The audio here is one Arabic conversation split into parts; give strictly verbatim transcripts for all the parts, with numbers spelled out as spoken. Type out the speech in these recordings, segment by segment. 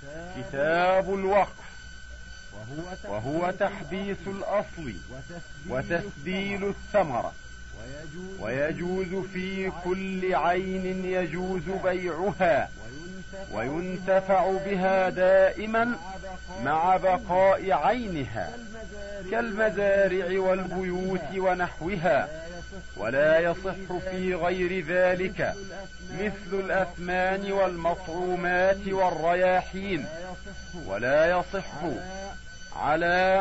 كتاب الوقف، وهو تحبيس الأصل وتسديل الثمرة، ويجوز في كل عين يجوز بيعها وينتفع بها دائما مع بقاء عينها، كالمزارع والبيوت ونحوها. ولا يصح في غير ذلك مثل الأثمان والمطعومات والرياحين. ولا يصح على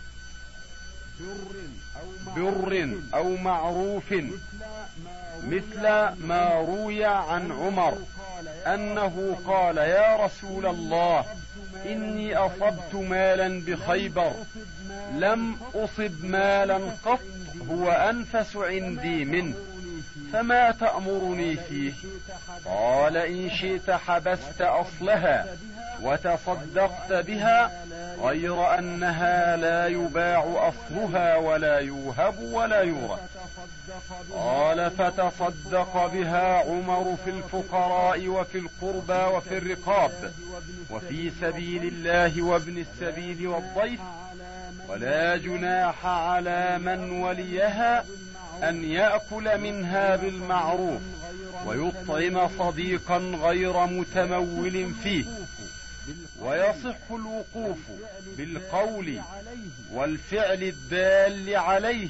بر أو معروف، مثل ما روي عن عمر أنه قال: يا رسول الله، إني أصبت مالا بخيبر لم أصب مالا قط هو أنفس عندي منه، فما تأمرني فيه؟ قال: إن شئت حبست أصلها وتصدقت بها، غير أنها لا يباع أصلها ولا يوهب ولا يورث. قال: فتصدق بها عمر في الفقراء وفي القربى وفي الرقاب وفي سبيل الله وابن السبيل والضيف. ولا جناح على من وليها أن يأكل منها بالمعروف ويطعم صديقا غير متمول فيه. ويصح الوقوف بالقول والفعل الدال عليه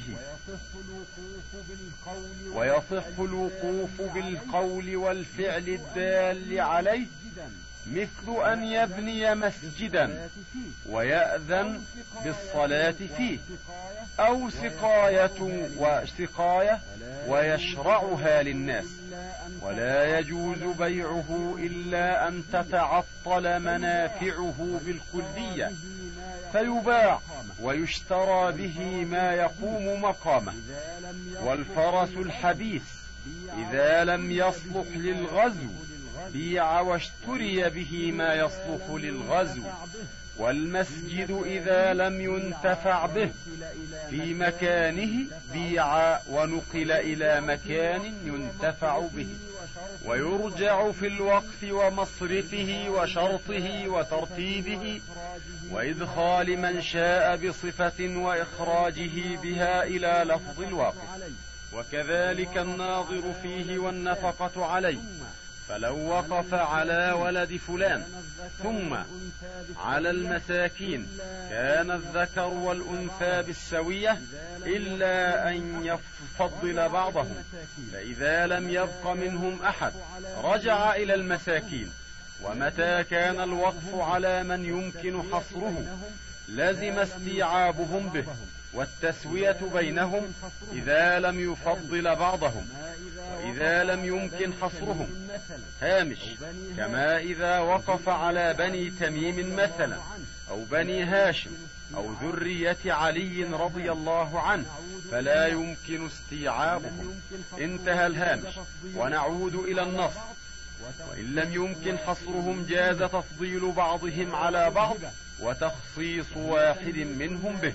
ويصح الوقوف بالقول والفعل الدال عليه مثل أن يبني مسجدا ويأذن بالصلاة فيه، أو سقاية وسقاية ويشرعها للناس. ولا يجوز بيعه إلا أن تتعطل منافعه بالكلية، فيباع ويشترى به ما يقوم مقامه. والفرس الحبيس إذا لم يصلح للغزو بيع واشتري به ما يصلح للغزو. والمسجد إذا لم ينتفع به في مكانه بيع ونقل إلى مكان ينتفع به. ويرجع في الوقف ومصرفه وشرطه وترتيبه وإدخال من شاء بصفة وإخراجه بها إلى لفظ الواقف. وكذلك الناظر فيه والنفقة عليه. فلو وقف على ولد فلان ثم على المساكين كان الذكر والأنثى بالسوية إلا أن يفضل بعضهم، فإذا لم يبق منهم أحد رجع إلى المساكين. ومتى كان الوقف على من يمكن حصره لزم استيعابهم به والتسوية بينهم إذا لم يفضل بعضهم، وإذا لم يمكن حصرهم. هامش: كما إذا وقف على بني تميم مثلا أو بني هاشم أو ذرية علي رضي الله عنه فلا يمكن استيعابهم. انتهى الهامش. ونعود إلى النص: وإن لم يمكن حصرهم جاز تفضيل بعضهم على بعض وتخصيص واحد منهم به.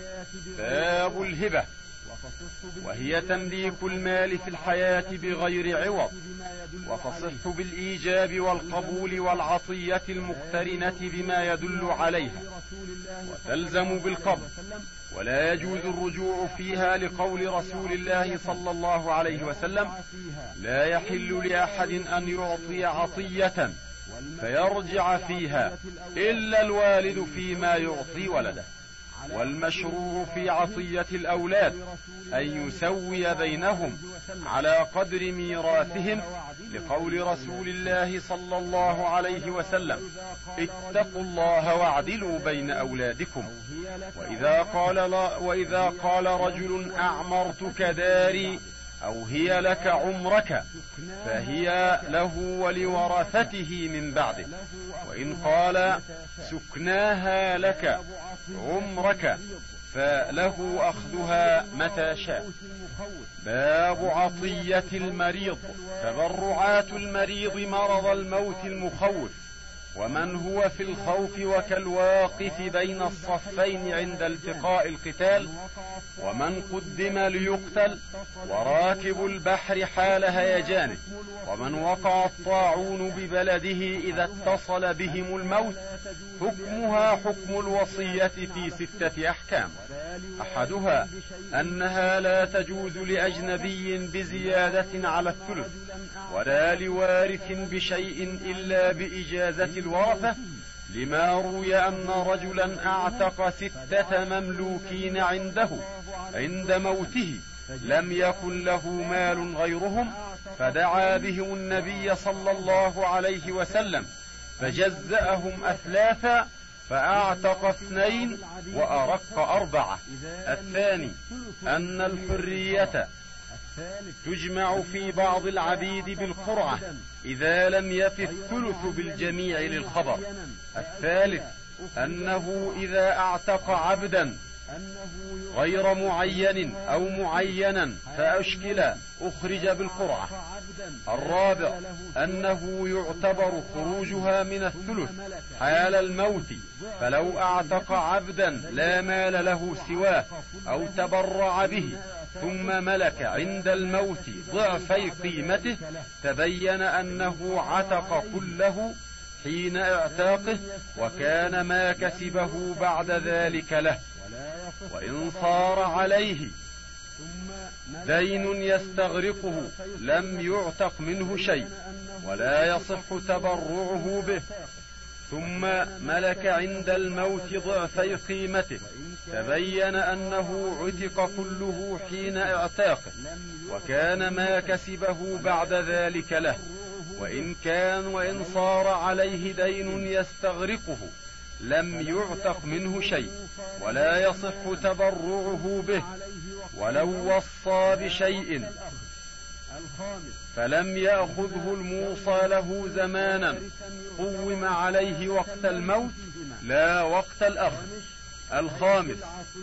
باب الهبة، وهي تمليك المال في الحياة بغير عوض، وتصح بالإيجاب والقبول والعطية المقترنة بما يدل عليها، وتلزم بالقبض. ولا يجوز الرجوع فيها لقول رسول الله صلى الله عليه وسلم: لا يحل لأحد أن يعطي عطية فيرجع فيها إلا الوالد فيما يعطي ولده. والمشروع في عطية الأولاد أن يسوي بينهم على قدر ميراثهم، لقول رسول الله صلى الله عليه وسلم: اتقوا الله واعدلوا بين أولادكم. وإذا قال, لا وإذا قال رجل: أعمرتك داري أو هي لك عمرك، فهي له ولورثته من بعده. وإن قال: سكناها لك عمرك، فله أخذها متى شاء. باب عطية المريض. تبرعات المريض مرض الموت المخوف ومن هو في الخوف وكالواقف بين الصفين عند التقاء القتال، ومن قدم ليقتل، وراكب البحر حال هيجانه، ومن وقع الطاعون ببلده إذا اتصل بهم الموت. حكمها حكم الوصية في ستة أحكام. أحدها أنها لا تجوز لأجنبي بزيادة على الثلث، ولا لوارث بشيء إلا بإجازة الورثة، لما روي أن رجلا أعتق ستة مملوكين عنده عند موته لم يكن له مال غيرهم، فدعا بهم النبي صلى الله عليه وسلم فجزأهم أثلاثا، فأعتق اثنين وأرق أربعة. الثاني أن الحرية تجمع في بعض العبيد بالقرعة إذا لم يف الثلث بالجميع للخبر. الثالث أنه إذا أعتق عبدا غير معين أو معينا فأشكل أخرج بالقرعة. الرابع أنه يعتبر خروجها من الثلث حال الموت، فلو أعتق عبدا لا مال له سواه أو تبرع به ثم ملك عند الموت ضعفي قيمته، تبين أنه عتق كله حين اعتاقه، وكان ما كسبه بعد ذلك له. وإن صار عليه دين يستغرقه لم يعتق منه شيء ولا يصح تبرعه به، ثم ملك عند الموت ضعفي قيمته، تبين أنه عتق كله حين اعتاقه، وكان ما كسبه بعد ذلك له. وإن كان وإن صار عليه دين يستغرقه لم يعتق منه شيء ولا يصح تبرعه به، ولو وصى بشيء فلم يأخذه الموصى له زمانا قوم عليه وقت الموت لا وقت الأخذ. الخامس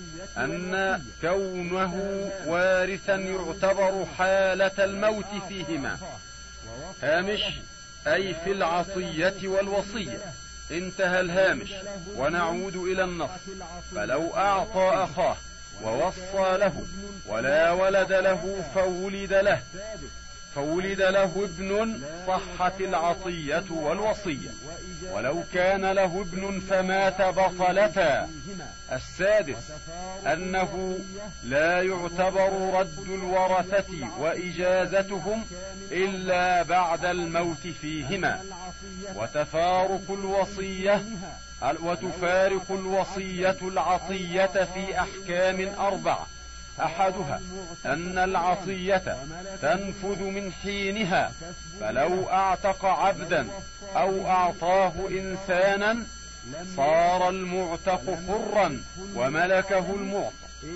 أن كونه وارثا يعتبر حالة الموت فيهما. هامش أي في العصية والوصية. انتهى الهامش، ونعود إلى النص. فلو أعطى أخاه ووصى له ولا ولد له فولد له فولد له ابن صحت العطية والوصية، ولو كان له ابن فمات بطلتا. السادس أنه لا يعتبر رد الورثة وإجازتهم إلا بعد الموت فيهما، وتفارق الوصية وتفارق الوصية العطية في أحكام أربعة. أحدها أن العطية تنفذ من حينها، فلو أعتق عبدا أو أعطاه إنسانا صار المعتق حرا وملكه المعطى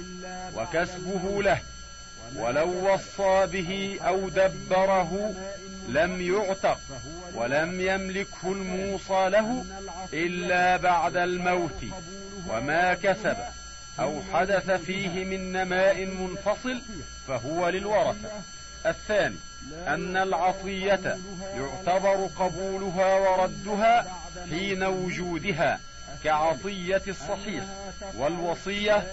وكسبه له، ولو وصى به أو دبره لم يعتق ولم يملكه الموصى له إلا بعد الموت، وما كسب أو حدث فيه من نماء منفصل فهو للورثة. الثاني أن العطية يعتبر قبولها وردها حين وجودها كعطية الصحيح، والوصية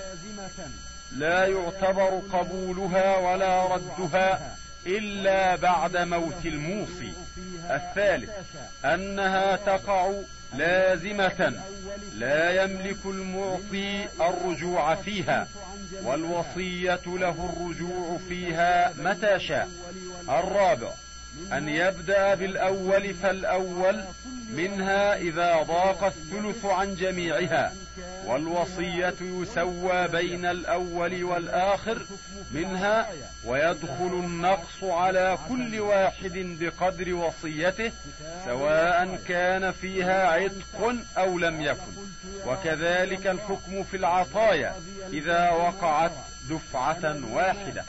لا يعتبر قبولها ولا ردها إلا بعد موت الموصي. الثالث أنها تقع لازمة لا يملك المعطي الرجوع فيها، والوصية له الرجوع فيها متى شاء. الرابع أن يبدأ بالأول فالأول منها إذا ضاق الثلث عن جميعها، والوصية يسوى بين الأول والآخر منها، ويدخل النقص على كل واحد بقدر وصيته سواء كان فيها عتق أو لم يكن. وكذلك الحكم في العطايا إذا وقعت دفعة واحدة.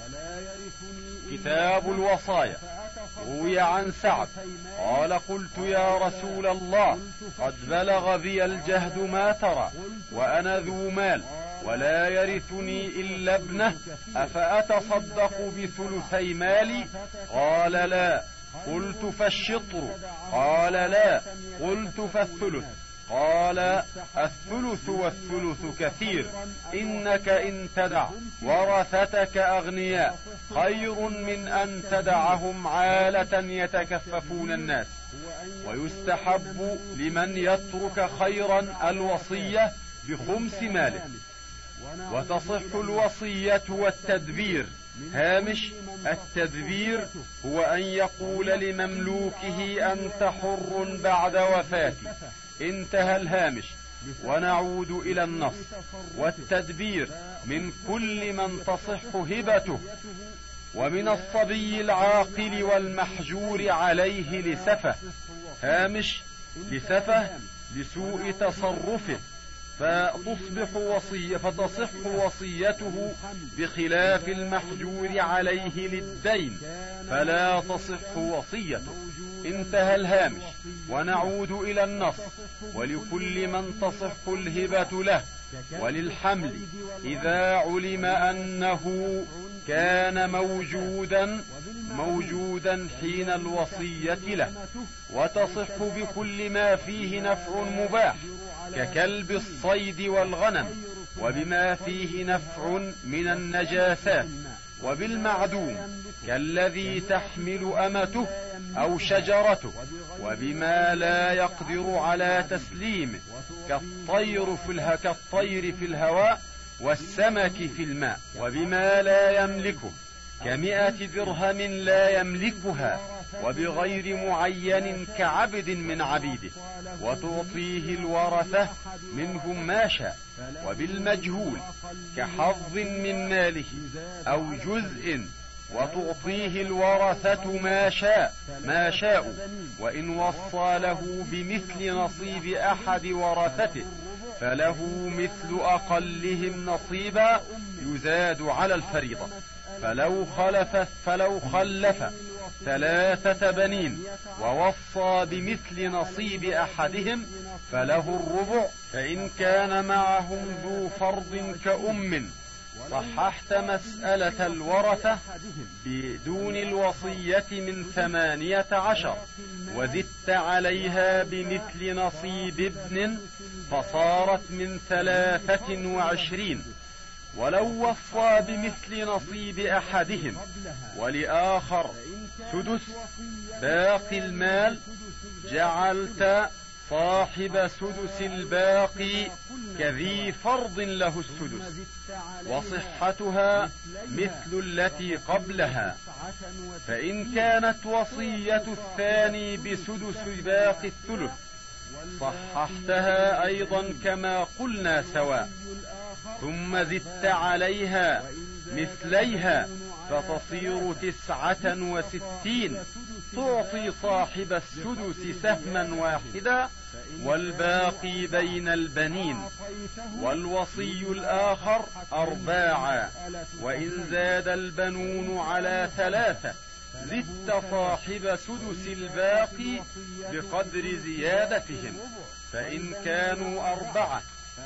كتاب الوصايا. روي عن سعد قال: قلت يا رسول الله، قد بلغ بي الجهد ما ترى، وأنا ذو مال ولا يرثني إلا ابنه، أفأتصدق بثلثي مالي؟ قال: لا، قلت فالشطر؟ قال لا. قلت فالثلث؟ قال الثلث والثلث كثير، إنك إن تدع ورثتك أغنياء خير من أن تدعهم عالة يتكففون الناس. ويستحب لمن يترك خيرا الوصية بخمس ماله. وتصح الوصية والتدبير. هامش: التدبير هو أن يقول لمملوكه أنت حر بعد وفاتي. انتهى الهامش. ونعود إلى النص. والتدبير من كل من تصح هبته، ومن الصبي العاقل والمحجور عليه لسفه. هامش: لسفه لسوء تصرفه، فتصبح وصية فتصح وصيته، بخلاف المحجور عليه للدين فلا تصح وصيته. انتهى الهامش. ونعود إلى النص. ولكل من تصح الهبة له وللحمل إذا علم أنه كان موجودا موجودا حين الوصية له. وتصح بكل ما فيه نفع مباح ككلب الصيد والغنم، وبما فيه نفع من النجاسات، وبالمعدوم كالذي تحمل أمته أو شجرته، وبما لا يقدر على تسليمه كالطير في, اله... كالطير في الهواء والسمك في الماء، وبما لا يملكه كمئة درهم لا يملكها، وبغير معين كعبد من عبيده، وتعطيه الورثة منهم ما شاء. وبالمجهول كحظ من ماله أو جزء، وتعطيه الورثة ما شاء ما شاء وإن وصى له بمثل نصيب أحد ورثته فله مثل أقلهم نصيبا يزاد على الفريضة. فلو خلف فلو خلف ثلاثة بنين ووصى بمثل نصيب أحدهم فله الربع، فإن كان معهم ذو فرض كأم. صححت مسألة الورثة بدون الوصية من ثمانية عشر، وزدت عليها بمثل نصيب ابن فصارت من ثلاثة وعشرين. ولو وصى بمثل نصيب أحدهم ولآخر سدس باقي المال، جعلت صاحب سدس الباقي كذي فرض له السدس، وصحتها مثل التي قبلها. فإن كانت وصية الثاني بسدس باقي الثلث صححتها أيضا كما قلنا سواء، ثم زدت عليها مثليها فتصير تسعة وستين، تعطي صاحب السدس سهما واحدا والباقي بين البنين. والوصي الآخر أرباعا، وإن زاد البنون على ثلاثة زدت صاحب سدس الباقي بقدر زيادتهم، فإن كانوا أربعة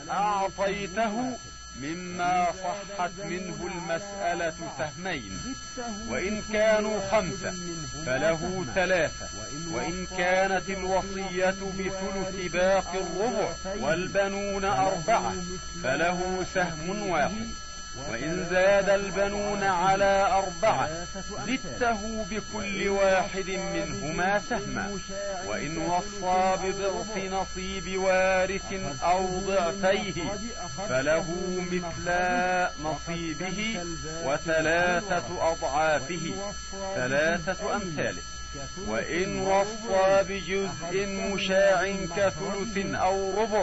أعطيته مما صحت منه المسألة سهمين، وإن كانوا خمسة فله ثلاثة، وإن كانت الوصية بثلث باقي الربع والبنون أربعة فله سهم واحد، وإن زاد البنون على أربعة زدته بكل واحد منهما سهما، وإن وصى بضعف نصيب وارث أو ضعفيه فله مثل نصيبه وثلاثة أضعافه ثلاثة أمثاله. وإن وصى بجزء مشاع كثلث أو ربع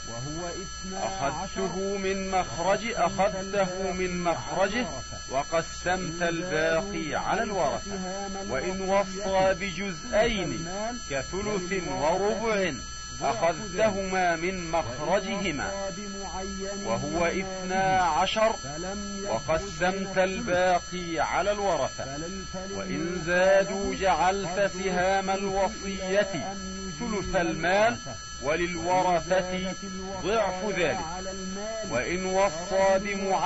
أخذته من مخرج أخذته من مخرجه وقسمت الباقي على الورثة. وإن وصى بجزئين كثلث وربع أخذتهما من مخرجهما وهو اثنا عشر وقسمت الباقي على الورثة. وإن زادوا جعلت سهام الوصية ثلث المال وللورثة ضعف ذلك. وإن وصى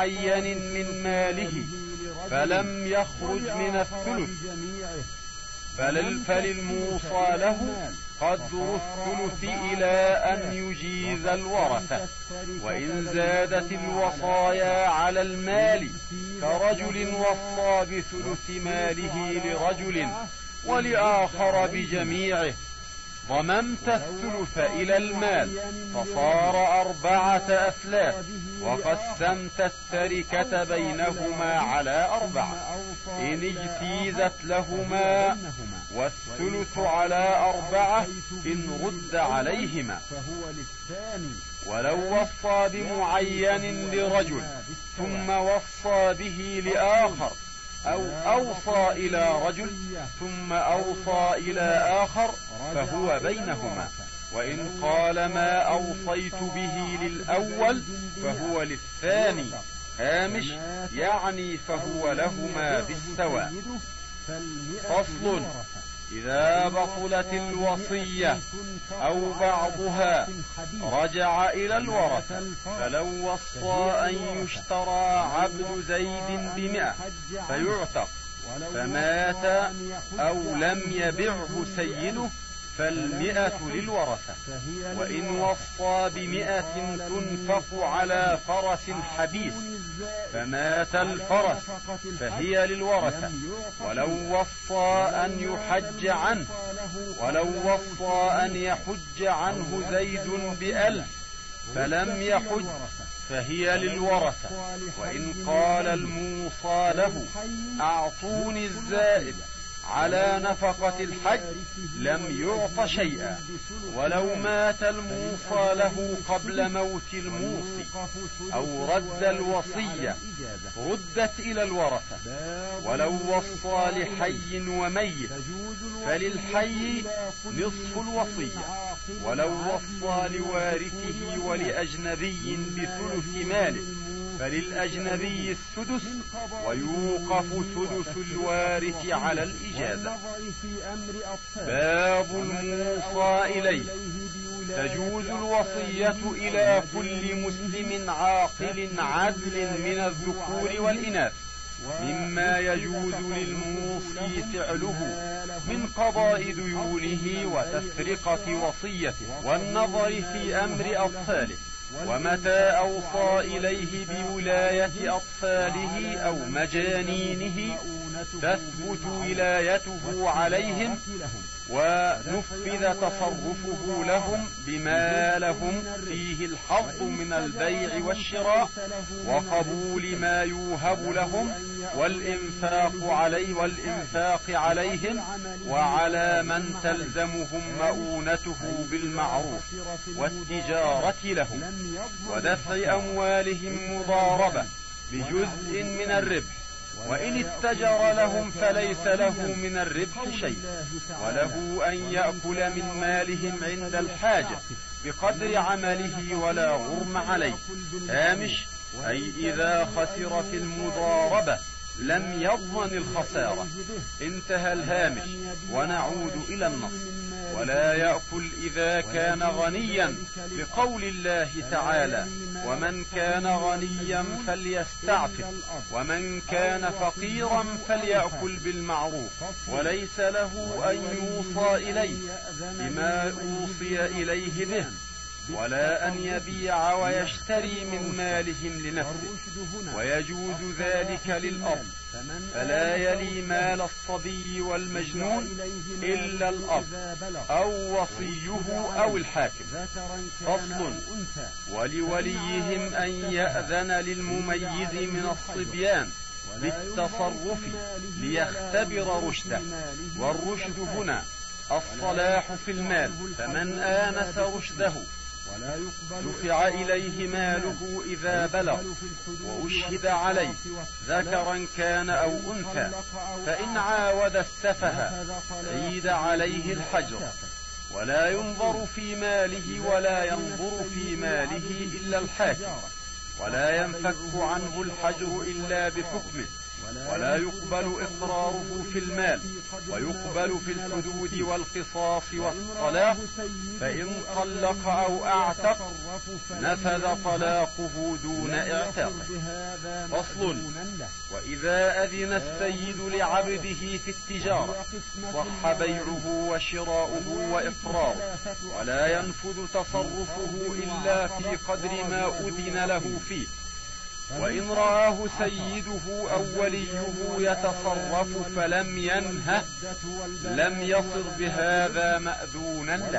بمعين من ماله فلم يخرج من الثلث فللموصى له قدر الثلث إلى أن يجيز الورثة. وإن زادت الوصايا على المال كرجل وصى بثلث ماله لرجل ولآخر بجميعه ضممت الثلث إلى المال فصار أربعة أثلاث وقسمت التركة بينهما على أربعة إن اجتيزت لهما والثلث على أربعة إن رد عليهما. ولو وصى بمعين لرجل ثم وصى به لآخر أو أوصى إلى رجل ثم أوصى إلى آخر فهو بينهما. وإن قال ما أوصيت به للأول فهو للثاني هامش يعني فهو لهما بالسواء. فصل: إذا بطلت الوصية أو بعضها رجع إلى الورثة. فلو وصى أن يشترى عبد زيد بمئة فيعتق فمات أو لم يبعه سيده فالمئة للورثة. وإن وصى بمئة تنفق على فرس حبيس فمات الفرس فهي للورثة. ولو وصى أن يحج عنه ولو وصى أن يحج عنه زيد بألف فلم يحج فهي للورثة. وإن قال الموصى له أعطوني الزائد على نفقة الحج لم يعط شيئا. ولو مات الموصى له قبل موت الموصي أو رد الوصية ردت إلى الورثة. ولو وصى لحي وميت فللحي نصف الوصية. ولو وصى لوارثه ولأجنبي بثلث ماله فللأجنبي السدس ويوقف سدس الوارث على الإجازة. باب الموصى إليه. تجوز الوصية إلى كل مسلم عاقل عدل من الذكور والإناث مما يجوز للموصي فعله من قضاء ديونه وتفرقة وصيته والنظر في أمر أطفاله. ومتى أوصى إليه بولاية أطفاله أو مجانينه تثبت ولايته عليهم ونفذ تصرفه لهم بما لهم فيه الحظ من البيع والشراء وقبول ما يوهب لهم والإنفاق عليه والإنفاق عليهم وعلى من تلزمهم مؤونته بالمعروف والتجارة لهم ودفع أموالهم مضاربة بجزء من الربح. وإن اتجر لهم فليس له من الربح شيء وله أن يأكل من مالهم عند الحاجة بقدر عمله ولا غرم عليه. هامش أي إذا خسر في المضاربة لم يضمن الخسارة. انتهى الهامش. ونعود إلى النص. ولا يأكل إذا كان غنيا لقول الله تعالى ومن كان غنيا فليستعفف ومن كان فقيرا فليأكل بالمعروف. وليس له أن يوصى إليه بما أوصي إليه به ولا أن يبيع ويشتري من مالهم لنفسه. ويجوز ذلك للأب فلا يلي مال الصبي والمجنون إلا الأب أو وصيه أو الحاكم. فصل: ولوليهم أن يأذن للمميز من الصبيان بالتصرف ليختبر رشده. والرشد هنا الصلاح في المال. فمن آنس رشده دفع إليه ماله إذا بلغ وأشهد عليه ذكرا كان أو أنثى. فإن عاود السفه عيد عليه الحجر. ولا ينظر في ماله ولا ينظر في ماله إلا الحاكم. ولا ينفك عنه الحجر إلا بحكمه ولا يقبل إقراره في المال، ويقبل في الحدود والقصاص والطلاق. فإن طلق أو أعتق نفذ طلاقه دون اعتاقه. فصل: وإذا أذن السيد لعبده في التجارة صح بيعه وشراؤه وإقراره، ولا ينفذ تصرفه إلا في قدر ما أذن له فيه. وإن رآه سيده أو وليه يتصرف فلم ينهه لم يصر بهذا مأذونا له.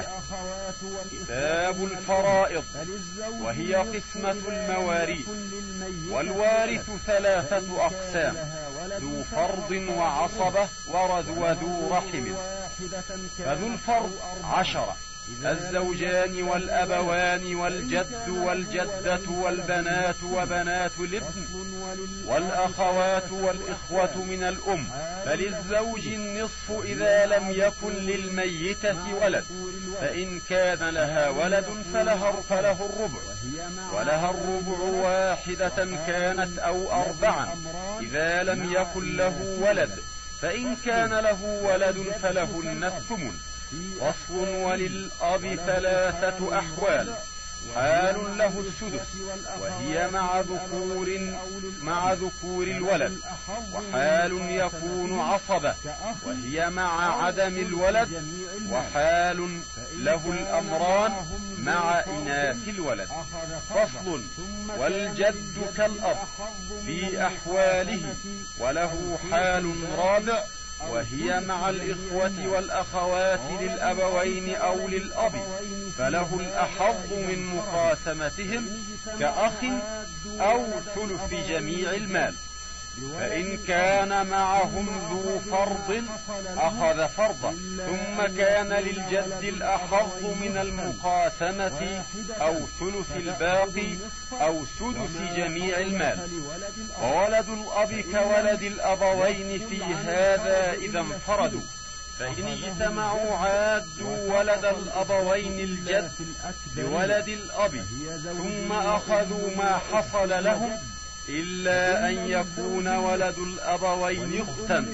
كتاب الفرائض، وهي قسمة المواريث. والوارث ثلاثة أقسام: ذو فرض وعصبة وذو رحم. فذو الفرض عشرة: الزوجان والأبوان والجد والجدة والبنات وبنات الابن والأخوات والإخوة من الأم. فللزوج النصف إذا لم يكن للميتة ولد، فإن كان لها ولد فله, فله الربع، ولها الربع واحدة كانت أو أربعا إذا لم يكن له ولد، فإن كان له ولد فله الثمن. فصل: وللأب ثلاثة أحوال: حال له السدس وهي مع ذكور مع ذكور الولد، وحال يكون عصبة وهي مع عدم الولد، وحال له الأمران مع إناث الولد. فصل: والجد كالأب في أحواله، وله حال رابع وهي مع الإخوة والأخوات للأبوين أو للأب، فله الأحظ من مقاسمتهم كأخ أو ثلث جميع المال. فإن كان معهم ذو فرض أخذ فرضه، ثم كان للجد الأحظ من المقاسمة أو ثلث الباقي أو سدس جميع المال. وولد الأب كولد الأبوين في هذا إذا انفردوا، فإن اجتمعوا عادوا ولد الأبوين الجد بولد الأب، ثم أخذوا ما حصل لهم، إلا أن يكون ولد الأبوين أختا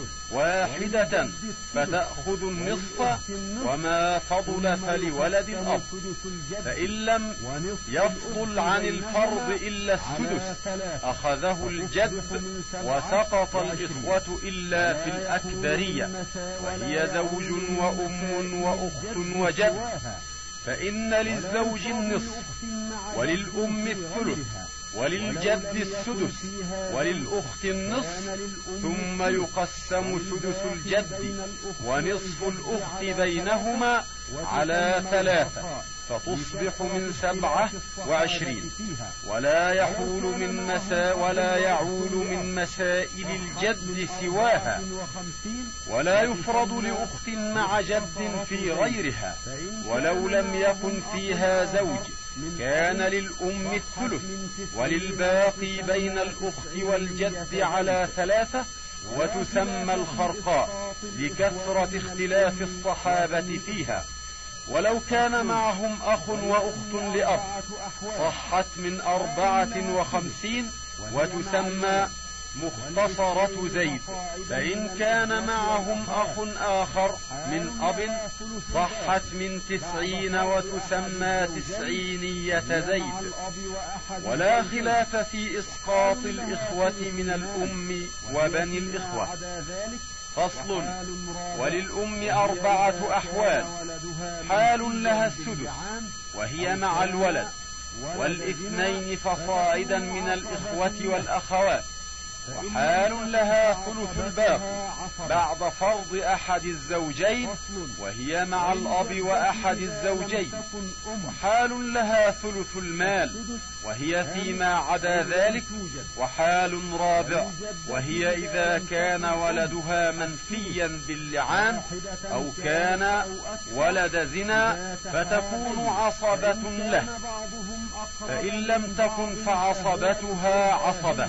واحدة فتأخذ النصف، وما فضل فلولد الأب. فإن لم يفضل عن الفرض إلا السدس أخذه الجد، وسقط الإخوة إلا في الأكبرية، وهي زوج وأم وأخت وجد. فإن للزوج النصف، وللأم الثلث، وللجد السدس، وللأخت النصف، ثم يقسم سدس الجد ونصف الأخت بينهما على ثلاثة، فتصبح من سبعة وعشرين. ولا يحول من مسا ولا يعول من مسائل الجد سواها، ولا يفرض لأخت مع جد في غيرها، ولو لم يكن فيها زوج كان للأم الثلث، وللباقي بين الأخت والجد على ثلاثة. وتسمى الخرقاء لكثرة اختلاف الصحابة فيها. ولو كان معهم أخ وأخت لأب صحت من أربعة وخمسين، وتسمى مختصرة زيد. فإن كان معهم أخ آخر من أب صحت من تسعين، وتسمى تسعينية زيد. ولا خلاف في إسقاط الإخوة من الأم وبني الإخوة. فصل: وللأم أربعة أحوال: حال لها السدس وهي مع الولد، والاثنين فصاعدا من الإخوة والأخوات، وحال لها ثلث الباقي بعد فرض أحد الزوجين، وهي مع الأب وأحد الزوجين، وحال لها ثلث المال وهي فيما عدا ذلك، وحال رابع وهي إذا كان ولدها منفيا باللعان أو كان ولد زنا فتكون عصبة له، فإن لم تكن فعصبتها عصبة.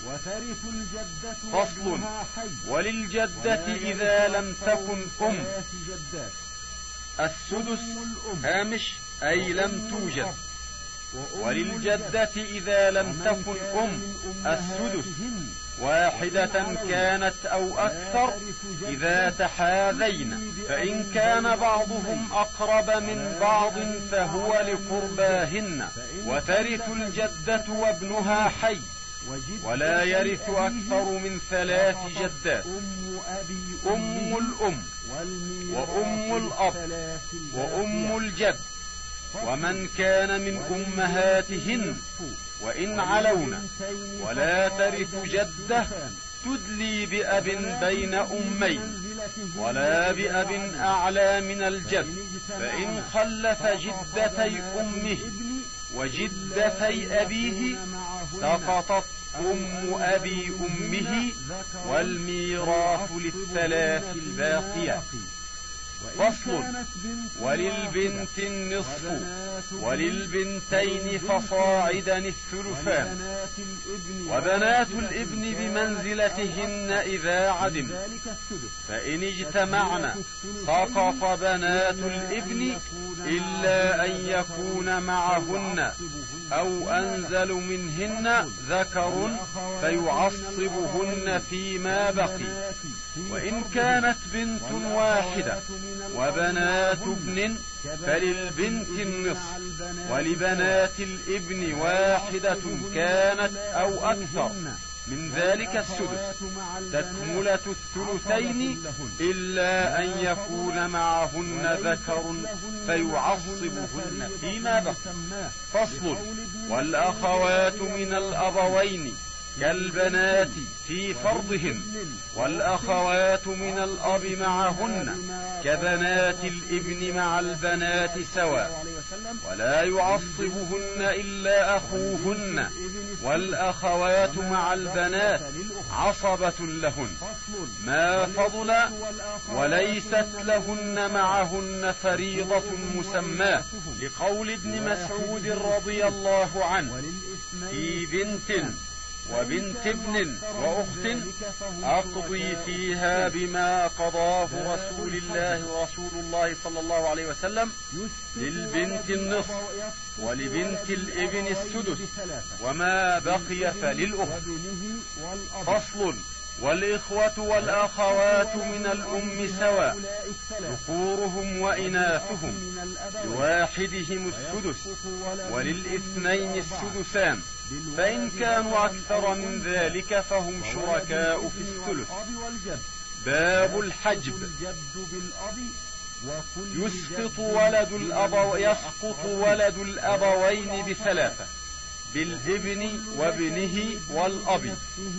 فصل: وللجدة إذا لم تكن أم السدس هامش أي لم توجد، وللجدة إذا لم تكن أم السدس، واحدة كانت أو أكثر إذا تحاذين، فإن كان بعضهم أقرب من بعض فهو لقرباهن. وترث الجدة وابنها حي، ولا يرث أكثر من ثلاث جدات: أم الأم، وأم الأب، وأم الجد، ومن كان من أمهاتهن وإن علون. ولا ترث جدة تدلي بأب بين أمين، ولا بأب أعلى من الجد، فإن خلف جدتي أمه وجدتي أبيه سقطت أم أبي أمه، والميراث للثلاث الباقية. فصل: وللبنت النصف، وللبنتين فصاعدا الثلثان، وبنات الابن بمنزلتهن إذا عدم، فإن اجتمعن سقط بنات الابن إلا أن يكون معهن أو أنزل منهن ذكر فيعصبهن فيما بقي. وإن كانت بنت واحدة وبنات ابن فللبنت النصف، ولبنات الابن واحدة كانت أو أكثر من ذلك السدس، تكملة الثلثين إلا أن يكون معهن ذكر فيعصبهن فيما بقي. فصل: والأخوات من الأبوين كالبنات في فرضهن، والأخوات من الأب معهن كبنات الابن مع البنات سواء، ولا يعصبهن إلا أخوهن، والأخوات مع البنات عصبة لهن ما فضل، وليست لهن معهن فريضة مسماة، لقول ابن مسعود رضي الله عنه: في بنت وبنت ابن وأخت أقضي فيها بما قضاه رسول الله ورسول الله صلى الله عليه وسلم: للبنت النصف، ولبنت الابن السدس، وما بقي فللأخت. فصل: والإخوة والأخوات من الأم سواء ذكورهم وإناثهم، لواحدهم السدس وللاثنين السدسان، فإن كانوا أكثر من ذلك فهم شركاء في الثلث. باب الحجب: يسقط ولد الأبو يسقط ولد الأبوين بثلاثة: بالابن وابنه والأب،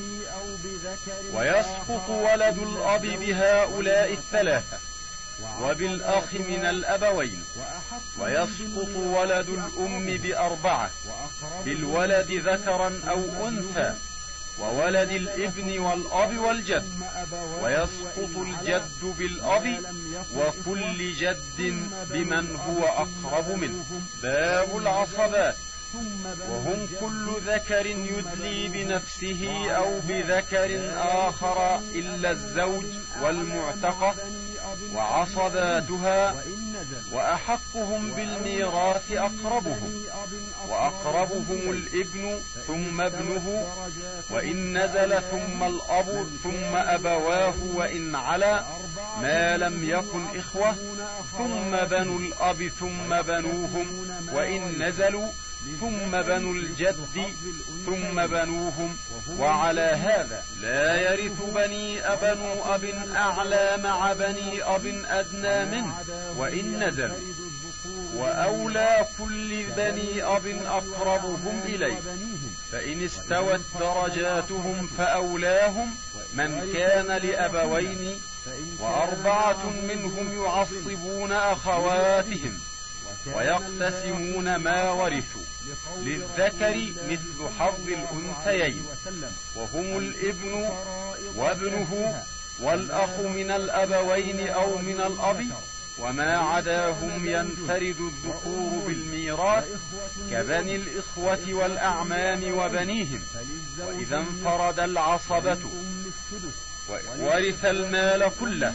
ويسقط ولد الأب بهؤلاء الثلاثة، وبالأخ من الأبوين، ويسقط ولد الأم بأربعة: بالولد ذكرا أو أنثى، وولد الابن والأب والجد، ويسقط الجد بالأب وكل جد بمن هو أقرب منه. باب العصبات: وهم كل ذكر يدلي بنفسه أو بذكر آخر إلا الزوج والمعتقة وعصباتها، وأحقهم بالميراث أقربهم، وأقربهم الابن ثم ابنه، وإن نزل ثم الأب ثم أبواه، وإن علا ما لم يكن إخوة ثم بنو الأب ثم بنوهم، وإن نزلوا ثم بنو الجد ثم بنوهم. وعلى هذا لا يرث بني بنو أب أعلى مع بني أب أدنى منه وإن نزل، وأولى كل بني أب أقربهم إليه، فإن استوت درجاتهم فأولاهم من كان لأبوين، وأربعة منهم يعصبون أخواتهم ويقتسمون ما ورثوا، للذكر مثل حظ الأنثيين، وهم الابن وابنه والأخ من الأبوين أو من الأب، وما عداهم ينفرد الذكور بالميراث كبني الإخوة والأعمام وبنيهم. وإذا انفرد العصبة ورث المال كله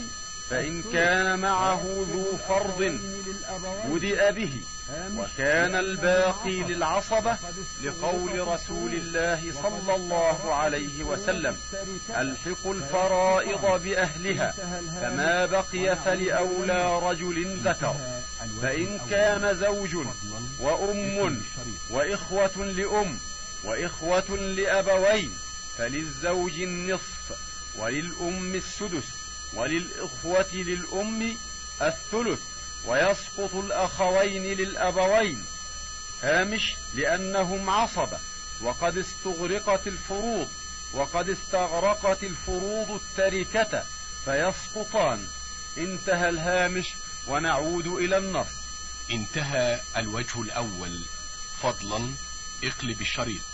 فإن كان معه ذو فرض بدأ به، وكان الباقي للعصبة، لقول رسول الله صلى الله عليه وسلم: ألحقوا الفرائض بأهلها، فما بقي فلأولى رجل ذكر. فإن كان زوج وأم وإخوة لأم وإخوة لأبوين، فللزوج النصف، وللأم السدس، وللإخوة للأم الثلث، ويسقط الأخوين للأبوين. هامش: لأنهم عصبة، وقد استغرقت الفروض وقد استغرقت الفروض التركة فيسقطان. انتهى الهامش، ونعود إلى النص. انتهى الوجه الأول. فضلا اقلب الشريط.